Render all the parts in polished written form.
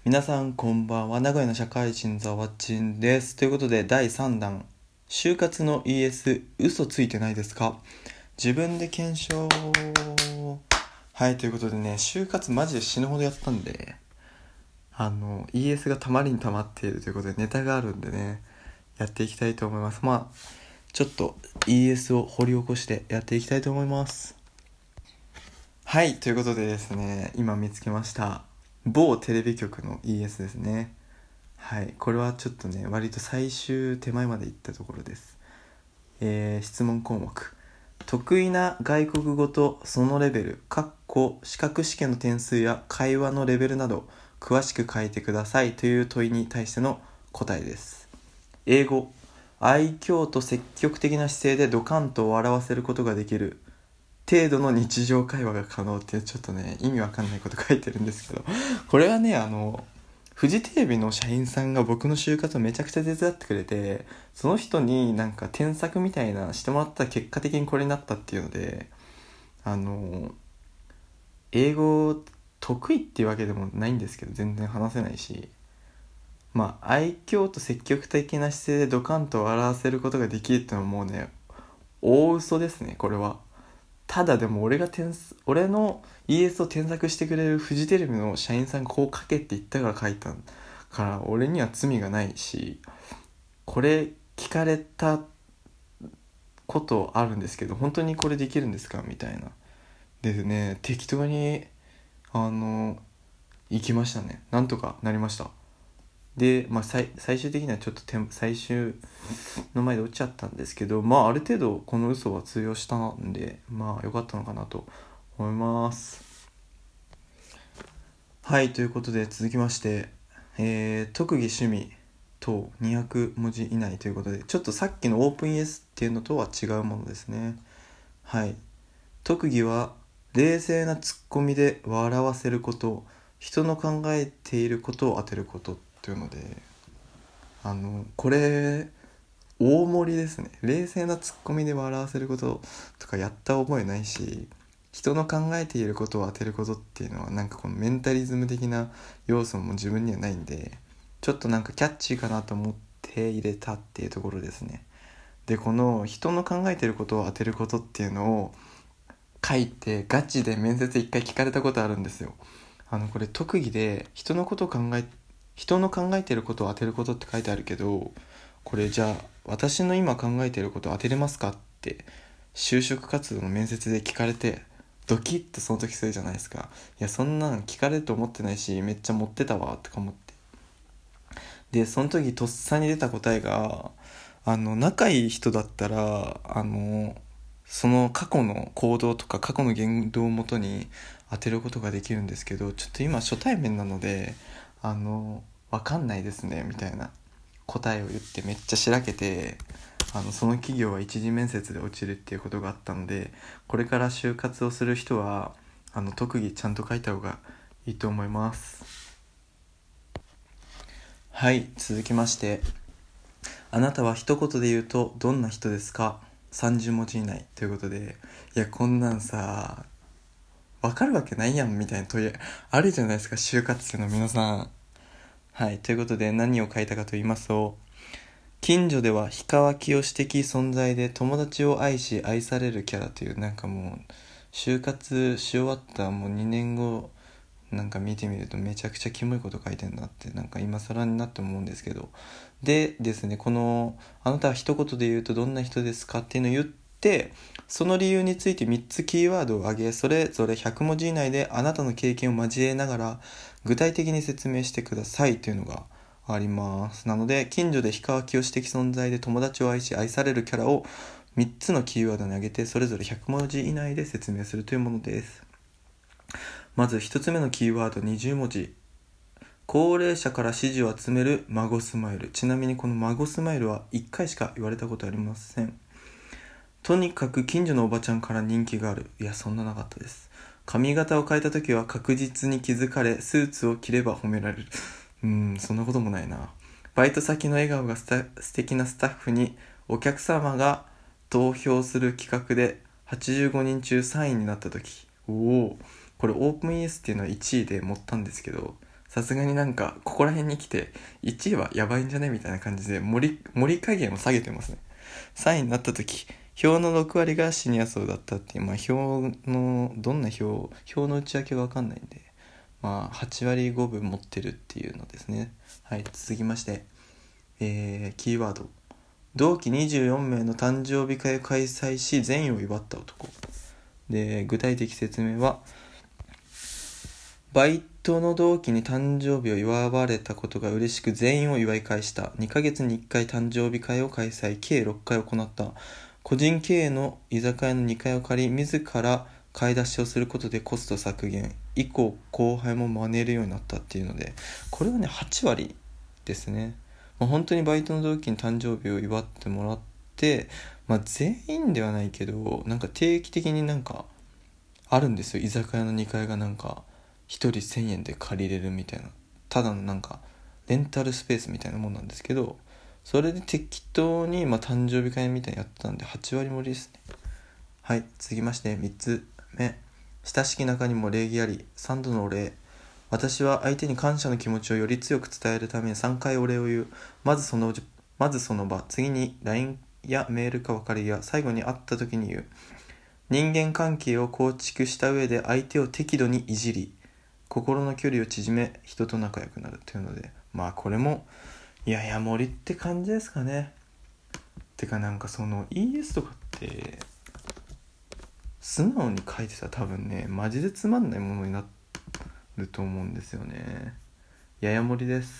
皆さんこんばんは。名古屋の社会人ざわちんです。ということで第3弾、就活の ES 嘘ついてないですか、自分で検証。はい、ということでね、就活マジで死ぬほどやったんで、ES がたまりにたまっているということでネタがあるんでね、やっていきたいと思います。ちょっと ES を掘り起こしてやっていきたいと思います。はい、ということでですね、今見つけました。某テレビ局の ES ですね。はい、これはちょっとね、割と最終手前まで行ったところです。質問項目。得意な外国語とそのレベル、資格試験の点数や会話のレベルなど、詳しく書いてくださいという問いに対しての答えです。英語。愛嬌と積極的な姿勢でドカンと笑わせることができる。程度の日常会話が可能っていう、ちょっとね意味わかんないこと書いてるんですけど、これはねフジテレビの社員さんが僕の就活をめちゃくちゃ手伝ってくれて、その人になんか添削みたいなしてもらったら結果的にこれになったっていうので、英語得意っていうわけでもないんですけど、全然話せないし、愛嬌と積極的な姿勢でドカンと笑わせることができるっていうのはもうね、大嘘ですね、これは。ただでも俺の ES を添削してくれるフジテレビの社員さんがこう書けって言ったから書いたから俺には罪がないし、これ聞かれたことあるんですけど、本当にこれできるんですかみたいなでね、適当に行きましたね。なんとかなりました。で、最終的にはちょっと最終の前で落ちちゃったんですけど、ある程度この嘘は通用したんで、良かったのかなと思います。はい、ということで続きまして、特技趣味等200文字以内ということで、ちょっとさっきのオープンイエスっていうのとは違うものですね。はい、特技は冷静なツッコミで笑わせること、人の考えていることを当てることっていうので、これ大盛りですね。冷静なツッコミで笑わせることとかやった覚えないし、人の考えていることを当てることっていうのはなんかこのメンタリズム的な要素も自分にはないんで、ちょっとなんかキャッチーかなと思って入れたっていうところですね。で、この人の考えていることを当てることっていうのを書いてガチで面接一回聞かれたことあるんですよ。これ特技で人の考えていることを当てることって書いてあるけど、これじゃあ私の今考えていることを当てれますかって就職活動の面接で聞かれて、ドキッとその時するじゃないですか。いや、そんなん聞かれると思ってないし、めっちゃ持ってたわとか思って、でその時とっさに出た答えが、仲いい人だったらその過去の行動とか過去の言動をもとに当てることができるんですけど、ちょっと今初対面なのでわかんないですねみたいな答えを言ってめっちゃしらけて、その企業は一次面接で落ちるっていうことがあったので、これから就活をする人は特技ちゃんと書いた方がいいと思います。はい、続きまして、あなたは一言で言うとどんな人ですか、30文字以内ということで、いやこんなんさわかるわけないやんみたいな問いあるじゃないですか、就活生の皆さん。はい、ということで何を書いたかと言いますと、近所では氷川きよし的存在で友達を愛し愛されるキャラという、なんかもう就活し終わったもう2年後なんか見てみるとめちゃくちゃキモいこと書いてんだって、なんか今更になって思うんですけど、でですね、このあなたは一言で言うとどんな人ですかっていうのを言って、その理由について3つキーワードを挙げ、それぞれ100文字以内であなたの経験を交えながら具体的に説明してくださいというのがあります。なので、近所で氷川きよし的存在で友達を愛し愛されるキャラを3つのキーワードに挙げて、それぞれ100文字以内で説明するというものです。まず1つ目のキーワード20文字。高齢者から支持を集める孫スマイル。ちなみにこの孫スマイルは1回しか言われたことありません。とにかく近所のおばちゃんから人気がある。いや、そんななかったです。髪型を変えた時は確実に気づかれ、スーツを着れば褒められる。そんなこともないな。バイト先の笑顔が素敵なスタッフにお客様が投票する企画で85人中3位になった時。これオープンイエスっていうのは1位で持ったんですけど、 さすがになんかここら辺に来て1位はやばいんじゃねみたいな感じで盛り加減を下げてますね。3位になった時票の6割がシニア層だったっていう、票のどんな票の内訳が分かんないんで、8割5分持ってるっていうのですね。はい、続きまして、キーワード、同期24名の誕生日会を開催し善意を祝った男で、具体的説明は、バイトの同期に誕生日を祝われたことが嬉しく全員を祝い返した。2ヶ月に1回誕生日会を開催、計6回行った。個人経営の居酒屋の2階を借り、自ら買い出しをすることでコスト削減。以降後輩も真似るようになったっていうので、これはね8割ですね。本当にバイトの同期に誕生日を祝ってもらって、全員ではないけどなんか定期的になんかあるんですよ。居酒屋の2階がなんか1人1000円で借りれるみたいな、ただのなんかレンタルスペースみたいなもんなんですけど、それで適当に誕生日会みたいにやってたんで8割盛りですね。はい、続きまして3つ目、親しき中にも礼儀あり、3度のお礼。私は相手に感謝の気持ちをより強く伝えるために3回お礼を言う。まずその場、次に LINE やメールか別れや、最後に会った時に言う。人間関係を構築した上で相手を適度にいじり、心の距離を縮め人と仲良くなるというので、これもやや盛りって感じですかね。てかなんかその ES とかって素直に書いてたら多分ねマジでつまんないものになると思うんですよね。やや盛りです。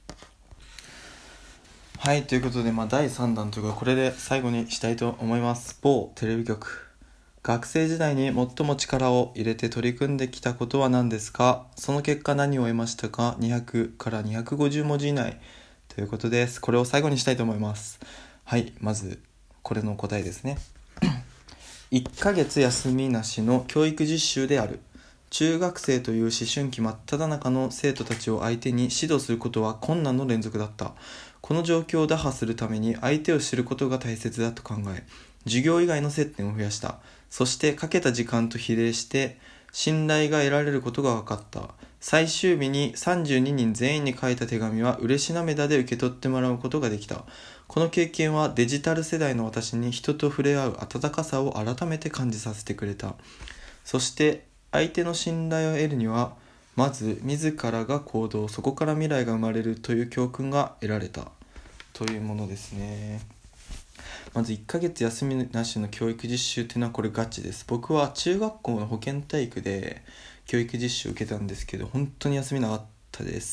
はい、ということで第3弾というかこれで最後にしたいと思います。某テレビ局、学生時代に最も力を入れて取り組んできたことは何ですか？その結果何を得ましたか？200から250文字以内ということです。これを最後にしたいと思います。はい、まずこれの答えですね。1ヶ月休みなしの教育実習である。中学生という思春期真っ只中の生徒たちを相手に指導することは困難の連続だった。この状況を打破するために相手を知ることが大切だと考え、授業以外の接点を増やした。そしてかけた時間と比例して信頼が得られることが分かった。最終日に32人全員に書いた手紙は嬉し涙で受け取ってもらうことができた。この経験はデジタル世代の私に人と触れ合う温かさを改めて感じさせてくれた。そして相手の信頼を得るにはまず自らが行動、そこから未来が生まれるという教訓が得られたというものですね。まず1ヶ月休みなしの教育実習っていうのはこれガチです。僕は中学校の保健体育で教育実習を受けたんですけど、本当に休みなかったです。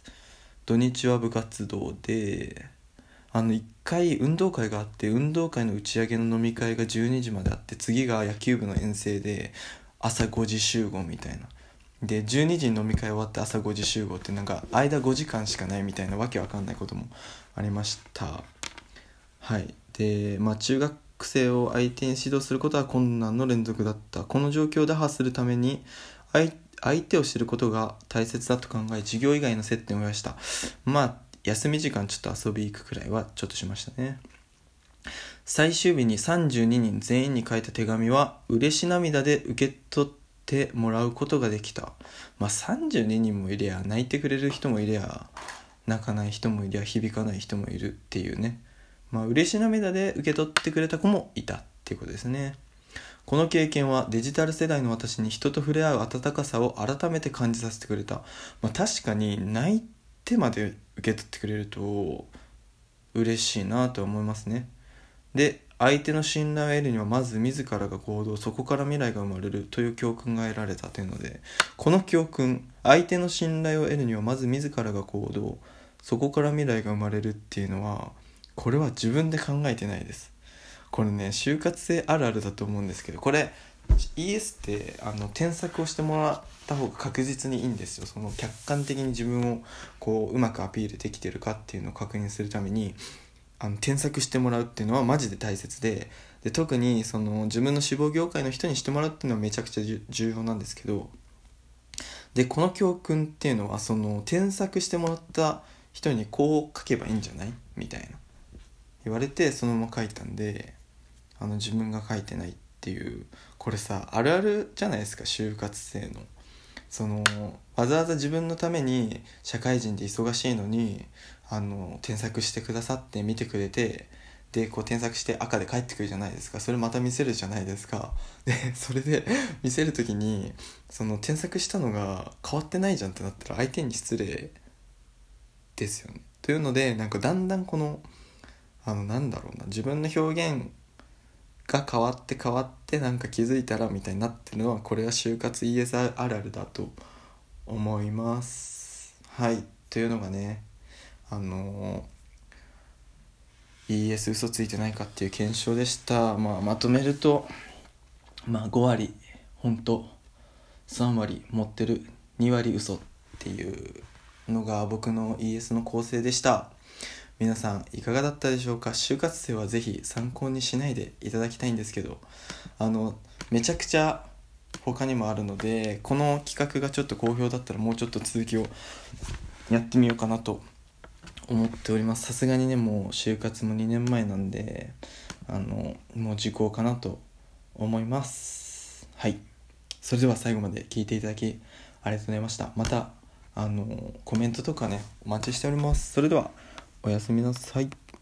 土日は部活動で、1回運動会があって、運動会の打ち上げの飲み会が12時まであって、次が野球部の遠征で朝5時集合みたいな。で12時に飲み会終わって朝5時集合ってなんか間5時間しかないみたいなわけわかんないこともありました。はい。で、中学生を相手に指導することは困難の連続だった。この状況を打破するために相手を知ることが大切だと考え、授業以外の接点を増やした。休み時間ちょっと遊び行くくらいはちょっとしましたね。最終日に32人全員に書いた手紙は嬉し涙で受け取ってもらうことができた。32人もいりゃ泣いてくれる人もいりゃ泣かない人もいりゃ響かない人もいるっていうね。嬉し涙で受け取ってくれた子もいたっていうことですね。この経験はデジタル世代の私に人と触れ合う温かさを改めて感じさせてくれた。確かに泣いてまで受け取ってくれると嬉しいなと思いますね。で、相手の信頼を得るにはまず自らが行動、そこから未来が生まれるという教訓が得られたというので、この教訓、相手の信頼を得るにはまず自らが行動、そこから未来が生まれるっていうのは、これは自分で考えてないです。これね、就活生あるあるだと思うんですけど、これ ES って添削をしてもらった方が確実にいいんですよ。その客観的に自分をうまくアピールできてるかっていうのを確認するために添削してもらうっていうのはマジで大切で、特にその自分の志望業界の人にしてもらうっていうのはめちゃくちゃ重要なんですけど、でこの教訓っていうのはその添削してもらった人にこう書けばいいんじゃないみたいな言われて、そのまま書いたんで、自分が書いてないっていう、これさあるあるじゃないですか。就活生のそのわざわざ自分のために社会人で忙しいのに添削してくださって見てくれて、でこう添削して赤で返ってくるじゃないですか。それまた見せるじゃないですか。でそれで見せる時にその添削したのが変わってないじゃんってなったら相手に失礼ですよね。というのでなんかだんだんこのなんだろうな、自分の表現が変わってなんか気づいたらみたいになってるのは、これは就活 ES あるあるだと思います。はい、というのがねES 嘘ついてないかっていう検証でした。まとめると5割本当、3割持ってる、2割嘘っていうのが僕の ES の構成でした。皆さんいかがだったでしょうか。就活生はぜひ参考にしないでいただきたいんですけど、めちゃくちゃ他にもあるので、この企画がちょっと好評だったらもうちょっと続きをやってみようかなと思っております。さすがにね、もう就活も2年前なんでもう時効かなと思います。はい、それでは最後まで聞いていただきありがとうございました。またコメントとかねお待ちしております。それではおやすみなさい。